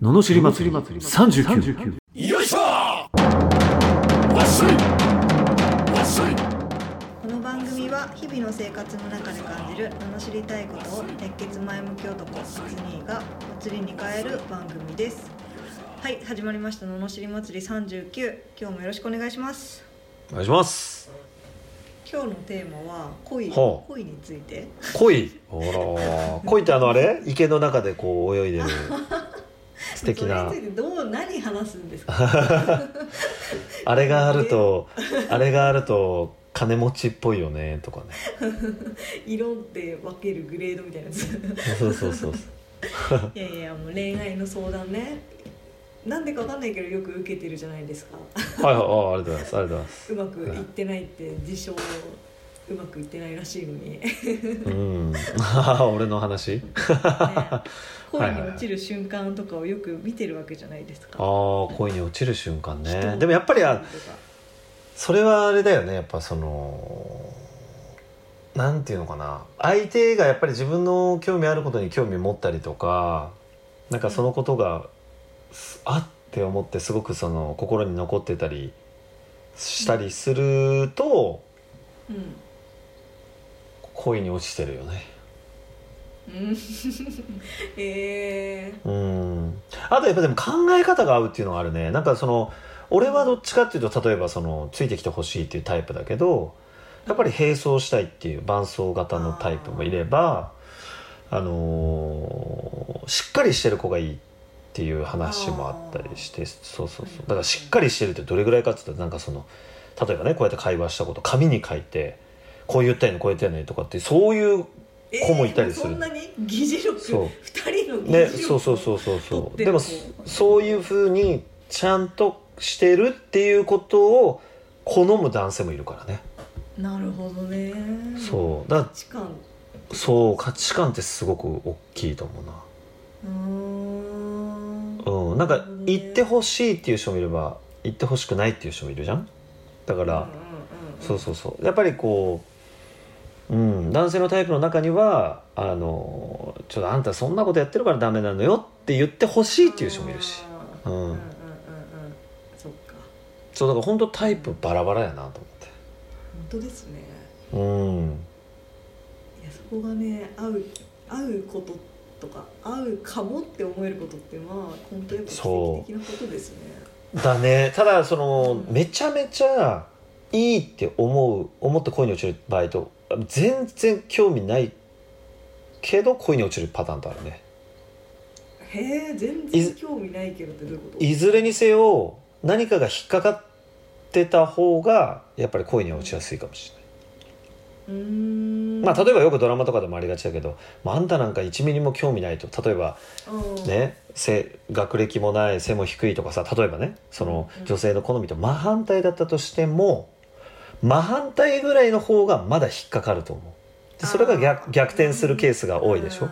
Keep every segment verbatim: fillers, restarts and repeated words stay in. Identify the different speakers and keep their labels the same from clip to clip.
Speaker 1: ののしり祭りさんじゅうきゅう。
Speaker 2: よいしょわっしょいわっしょい。
Speaker 3: この番組は日々の生活の中で感じる罵りたいことを熱血前向き男アツニーが祭りに変える番組です。はい、始まりました罵り祭りさんじゅうきゅう。今日もよろしくお願いします。
Speaker 1: お願いします。
Speaker 3: 今日のテーマは恋、
Speaker 1: はあ、
Speaker 3: 恋について。
Speaker 1: 恋、ほら恋ってあのあれ池の中でこう泳いでる素敵な
Speaker 3: それについてどう何話すんですか
Speaker 1: あれがあるとあれがあると金持ちっぽいよねとかね
Speaker 3: 色で分けるグレードみたいなやつ
Speaker 1: そうそうそうそう
Speaker 3: いやいやもう恋愛の相談ね、なんでか分かんないけどよく受けてるじゃないですか
Speaker 1: はいはい、あ、ありがとうございます、ありがとうございます。
Speaker 3: うまくいってないって自称うまくいってないらしいのに
Speaker 1: うん俺の話、ね、
Speaker 3: 恋に落ちる瞬間とかをよく見てるわけじゃないですか。
Speaker 1: ああ、恋に落ちる瞬間ね。でもやっぱりそれはあれだよね、やっぱそのなんていうのかな、相手がやっぱり自分の興味あることに興味持ったりとか、なんかそのことが、うん、あって思ってすごくその心に残ってたりしたりすると、うんうん、恋に落ちてるよね。
Speaker 3: うんえー、
Speaker 1: うんあとやっぱでも考え方が合うっていうのがあるね。なんかその俺はどっちかっていうと、例えばそのついてきてほしいっていうタイプだけど、やっぱり並走したいっていう伴走型のタイプもいれば、あ、あのー、しっかりしてる子がいいっていう話もあったりして、そうそうそう、だからしっかりしてるってどれぐらいかって言ったら、なんかその例えばね、こうやって会話したこと紙に書いて、こう言ったよねこう言ったよねとかって、そういう子もいたりする。
Speaker 3: えー、そんなに議事録、
Speaker 1: そう
Speaker 3: ふたりの議事録、
Speaker 1: ね、そうそうそうそうそう。でもそういう風にちゃんとしてるっていうことを好む男性もいるからね。
Speaker 3: なるほどね。
Speaker 1: そうだ、価値観、そう価値観ってすごく大きいと思うな。うーん、うん、なんか言ってほしいっていう人もいれば言ってほしくないっていう人もいるじゃん。だから、うんうんうんうん、そうそうそう、やっぱりこう、うん、男性のタイプの中にはあのちょっとあんたそんなことやってるからダメなのよって言ってほしいっていう人もいるし、うんうんうんうん、
Speaker 3: そっか。
Speaker 1: そうだから本当タイプバラバラやなと思って。
Speaker 3: 本当ですね。
Speaker 1: うん。
Speaker 3: いや、そこがね、合う合うこととか合うかもって思えることってまあ本当に奇跡的なことですね。
Speaker 1: だね。ただその、うん、めちゃめちゃいいって思う思って恋に落ちる場合と、全然興味ないけど恋に落ちるパターンとあるね。
Speaker 3: へえ、全然興味ないけどってどういうこと？
Speaker 1: いずれにせよ何かが引っかかってた方がやっぱり恋には落ちやすいかもしれない。うーん、まあ例えばよくドラマとかでもありがちだけど、まあ、あんたなんかいちミリも興味ないと、例えばね、背学歴もない背も低いとかさ、例えばね、その女性の好みと真反対だったとしても、真反対ぐらいの方がまだ引っかかると思う。でそれが 逆, 逆転するケースが多いでしょ。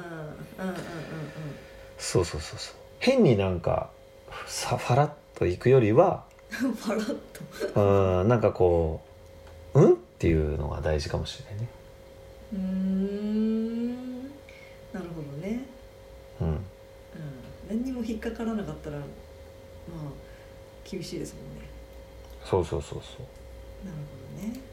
Speaker 1: そうそうそうそう、変になんかさファラッといくよりは
Speaker 3: ファラッと
Speaker 1: うん、なんかこううんっていうのが大事かもしれないね。
Speaker 3: うーん、なるほどね。うん、うん、何にも引っかからなかったらまあ厳しいですもんね。
Speaker 1: そうそうそうそう、
Speaker 3: なるほどね。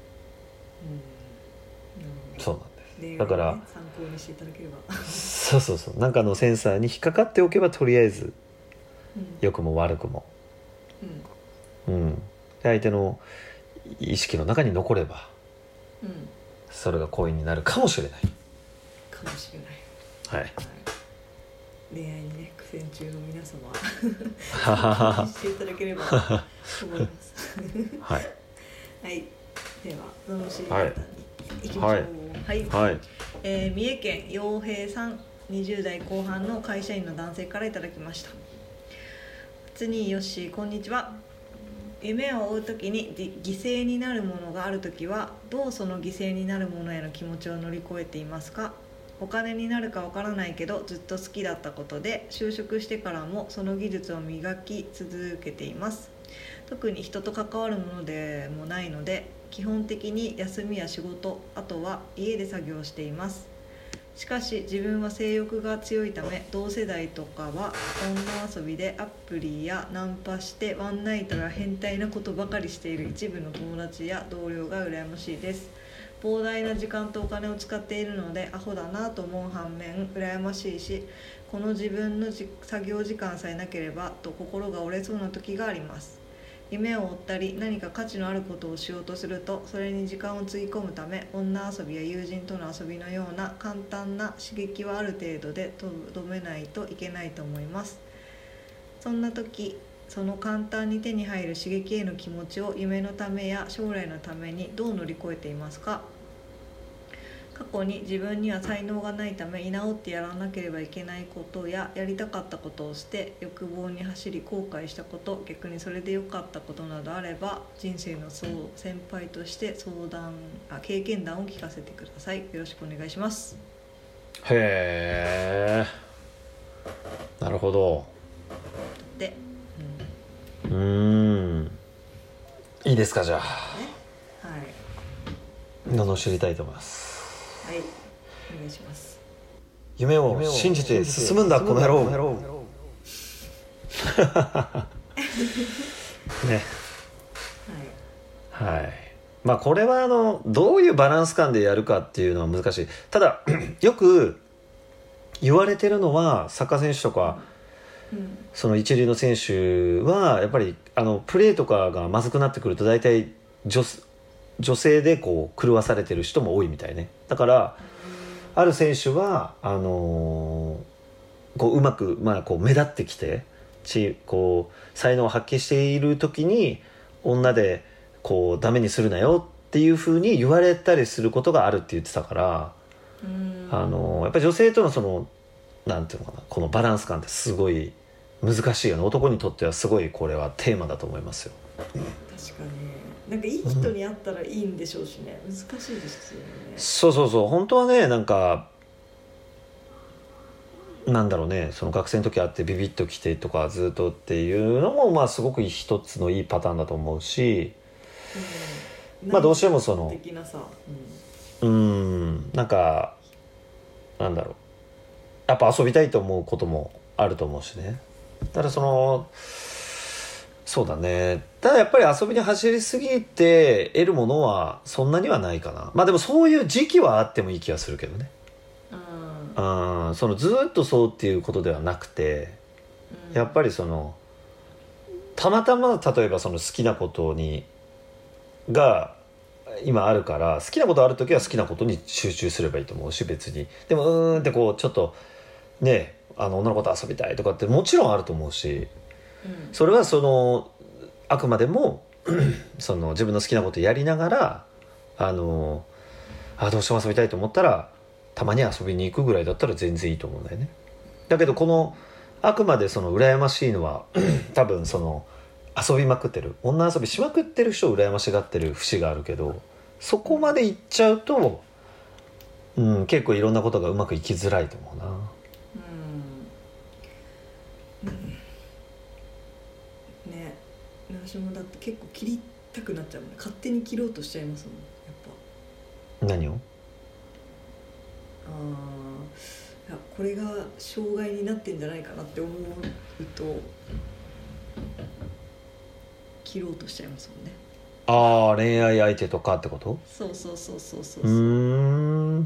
Speaker 1: うん、そうなんです。だから
Speaker 3: 参考にしていただければ
Speaker 1: そうそうそう、なんかのセンサーに引っかかっておけばとりあえず、うん、良くも悪くも、うんうん、で相手の意識の中に残れば、うん、それが恋になるかもしれない
Speaker 3: かもしれない、はいはい、恋愛にね苦戦中の皆様参考にしていただければと思いますはい、はい、ではののしり方に行きましょう。はいはいはい、えー、三重県陽平さん、にじゅう代後半の会社員の男性からいただきました。つによっしー、こんにちは。夢を追うときに犠牲になるものがあるときはどうその犠牲になるものへの気持ちを乗り越えていますか？お金になるかわからないけどずっと好きだったことで就職してからもその技術を磨き続けています。特に人と関わるものでもないので基本的に休みや仕事、あとは家で作業しています。 しかし自分は性欲が強いため、同世代とかは女遊びでアプリやナンパしてワンナイトや変態なことばかりしている一部の友達や同僚が羨ましいです。膨大な時間とお金を使っているのでアホだなと思う反面羨ましいし、この自分の作業時間さえなければと心が折れそうな時があります。夢を追ったり何か価値のあることをしようとすると、それに時間をつぎ込むため、女遊びや友人との遊びのような簡単な刺激はある程度でとどめないといけないと思います。そんな時、その簡単に手に入る刺激への気持ちを夢のためや将来のためにどう乗り越えていますか？過去に自分には才能がないため居直ってやらなければいけないことや、やりたかったことをして欲望に走り後悔したこと、逆にそれで良かったことなどあれば、人生の先輩として相談あ経験談を聞かせてください。よろしくお願いします。
Speaker 1: へー、なるほど。
Speaker 3: で、
Speaker 1: うん、うーんいいですか、じゃあ、
Speaker 3: ね、はい、
Speaker 1: どんどん知りたいと思います。
Speaker 3: はい、お願いします。
Speaker 1: 夢を信じて進むんだこの野郎ね、はい、はい、まあこれはあのどういうバランス感でやるかっていうのは難しい。ただよく言われてるのは、サッカー選手とか、うん、その一流の選手はやっぱりあのプレーとかがまずくなってくると大体女女性でこう狂わされてる人も多いみたいね。だからある選手はあのー、こううまく、まあ、こう目立ってきてちこう才能を発揮している時に女でこうダメにするなよっていう風に言われたりすることがあるって言ってたから、うん、あのー、やっぱり女性とのそのなんていうのかな、このバランス感ってすごい難しいよね。男にとってはすごいこれはテーマだと思いますよ。
Speaker 3: 確かになんかいい人に会ったらいいんでしょうしね、うん、難しいですよね。
Speaker 1: そうそうそう、本当はね、なんかなんだろうね、その学生の時会ってビビッと来てとかずっとっていうのもまあすごく一つのいいパターンだと思うし、うん、まあどうしてもその的なさ、うん、うんなんかなんだろう、やっぱ遊びたいと思うこともあると思うしね。ただそのそうだね、ただやっぱり遊びに走りすぎて得るものはそんなにはないかな。まあでもそういう時期はあってもいい気がするけどね。うん、あそのずっとそうっていうことではなくて、うん、やっぱりそのたまたま例えばその好きなことにが今あるから、好きなことあるときは好きなことに集中すればいいと思うし、別にでもうーんってこうちょっとね、あの女の子と遊びたいとかってもちろんあると思うし、それはそのあくまでもその自分の好きなことやりながら、あのあどうしても遊びたいと思ったらたまに遊びに行くぐらいだったら全然いいと思うんだよね。だけどこのあくまでその羨ましいのは多分その遊びまくってる、女遊びしまくってる人を羨ましがってる節があるけど、そこまで行っちゃうと、うん、結構いろんなことがうまくいきづらいと思うな。
Speaker 3: 私もだって結構切りたくなっちゃうもんね。勝手に切ろうとしちゃいますもん、
Speaker 1: やっぱ。何を？
Speaker 3: ああ、いやこれが障害になってんじゃないかなって思うと切ろうとしちゃいますもんね。
Speaker 1: ああ、恋愛相手とかってこと？
Speaker 3: そうそうそうそうそう。
Speaker 1: うーん、うん、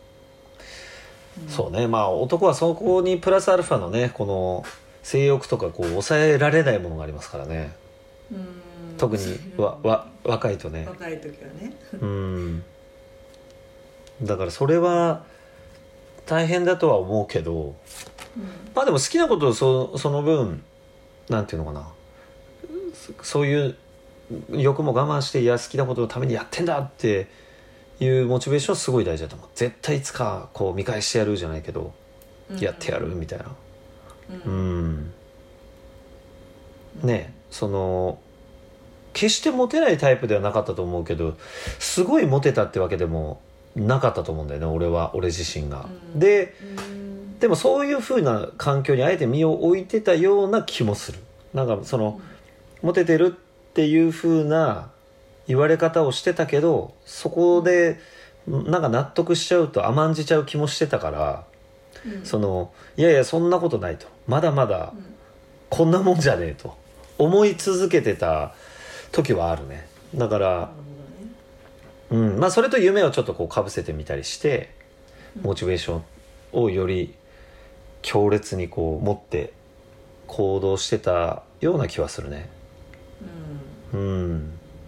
Speaker 1: そうね。まあ男はそこにプラスアルファのね、この性欲とかこう抑えられないものがありますからね。うん特にわわ若いとね。
Speaker 3: 若い時はね。
Speaker 1: うんだからそれは大変だとは思うけど、うん、まあでも好きなことを そ, その分なんていうのかな、そういう欲も我慢していや好きなことのためにやってんだっていうモチベーションはすごい大事だと思う。絶対いつかこう見返してやるじゃないけど、うん、やってやるみたいな、うん、うんね、その決してモテないタイプではなかったと思うけど、すごいモテたってわけでもなかったと思うんだよね、俺は俺自身が、うん、で、うん、でもそういう風な環境にあえて身を置いてたような気もする。なんかその、うん、モテてるっていう風な言われ方をしてたけど、そこでなんか納得しちゃうと甘んじちゃう気もしてたから、うん、そのいやいやそんなことないと、まだまだこんなもんじゃねえと思い続けてた時はあるね。だから、うん、まあそれと夢をちょっとこうかぶせてみたりしてモチベーションをより強烈にこう持って行動してたような気はするね。うん、うん、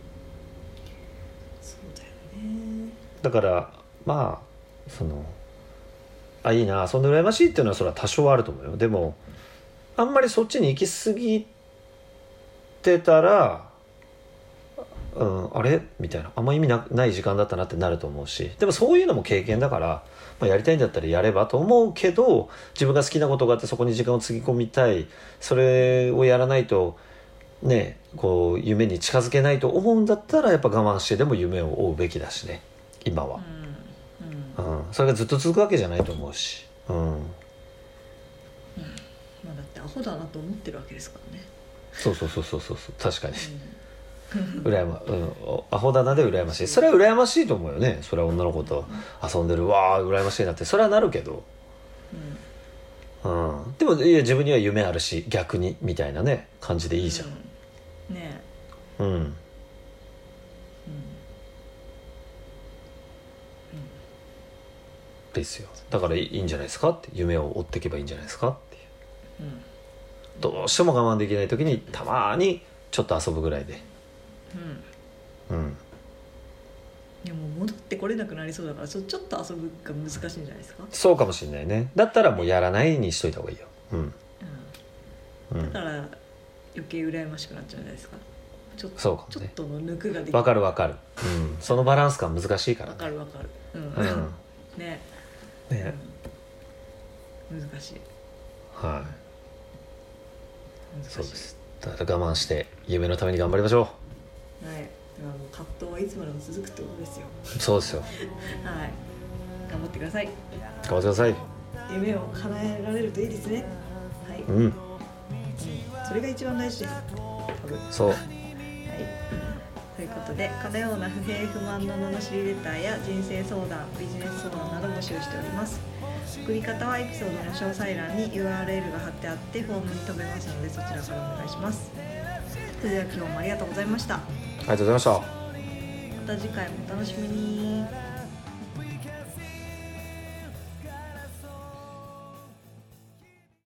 Speaker 3: そうだよね。
Speaker 1: だからまあそのあいいなそんな羨ましいっていうのはそれは多少あると思うよ。でもあんまりそっちに行き過ぎてたら、うん、あれみたいなあんま意味 な, ない時間だったなってなると思うし、でもそういうのも経験だから、まあ、やりたいんだったらやればと思うけど、自分が好きなことがあってそこに時間をつぎ込みたい、それをやらないとねこう夢に近づけないと思うんだったらやっぱ我慢してでも夢を追うべきだしね今は、うんうんうん、それがずっと続くわけじゃないと思うし、うんうん、
Speaker 3: まあ、だってアホだなと思ってるわけですからね。
Speaker 1: そうそうそうそうそう確かに、うん、羨ま、うん、アホだなで羨ましい。それは羨ましいと思うよね。それは女の子と遊んでるわー羨ましいなってそれはなるけど、うんうん、でもいや自分には夢あるし逆にみたいなね感じでいいじゃん、うん、ねえうん、うん、ですよ。だからいいんじゃないですかって、夢を追っていけばいいんじゃないですかっていう、うん、どうしても我慢できない時にたまにちょっと遊ぶぐらいで、うん、うん、
Speaker 3: でも戻ってこれなくなりそうだからちょ、ちょっと遊ぶが難しいんじゃないですか。
Speaker 1: そうかもしれないね。だったらもうやらないにしといた方がいいよ、うん
Speaker 3: うん、だから余計羨ましくなっちゃうんじゃないですか。ちょっと、
Speaker 1: そうかもね、
Speaker 3: ちょっとの抜くができる。
Speaker 1: わかるわかる、うん、そのバランス感難しいからね。
Speaker 3: わかるわかる、うん、うん、ねね、うん、難しい。はい、
Speaker 1: そうです。だから我慢して夢のために頑張りましょ
Speaker 3: う。はい、もう葛藤はいつまでも続くってことですよ。
Speaker 1: そうですよ。はい、
Speaker 3: 頑張ってください。
Speaker 1: 頑張ってください。
Speaker 3: 夢を叶えられるといいですね。はい。うん。うん、それが一番大事です。多分。そう。はい。ということで、かのような不平不満の罵りレターや人生相談、ビジネス相談など募集しております。送り方はエピソードの詳細欄に ユーアールエル が貼ってあってフォームに飛べますのでそちらからお願いします。それでは今日もありがとうございました。あ
Speaker 1: りがとうございました。ま
Speaker 3: た次回もお楽しみに。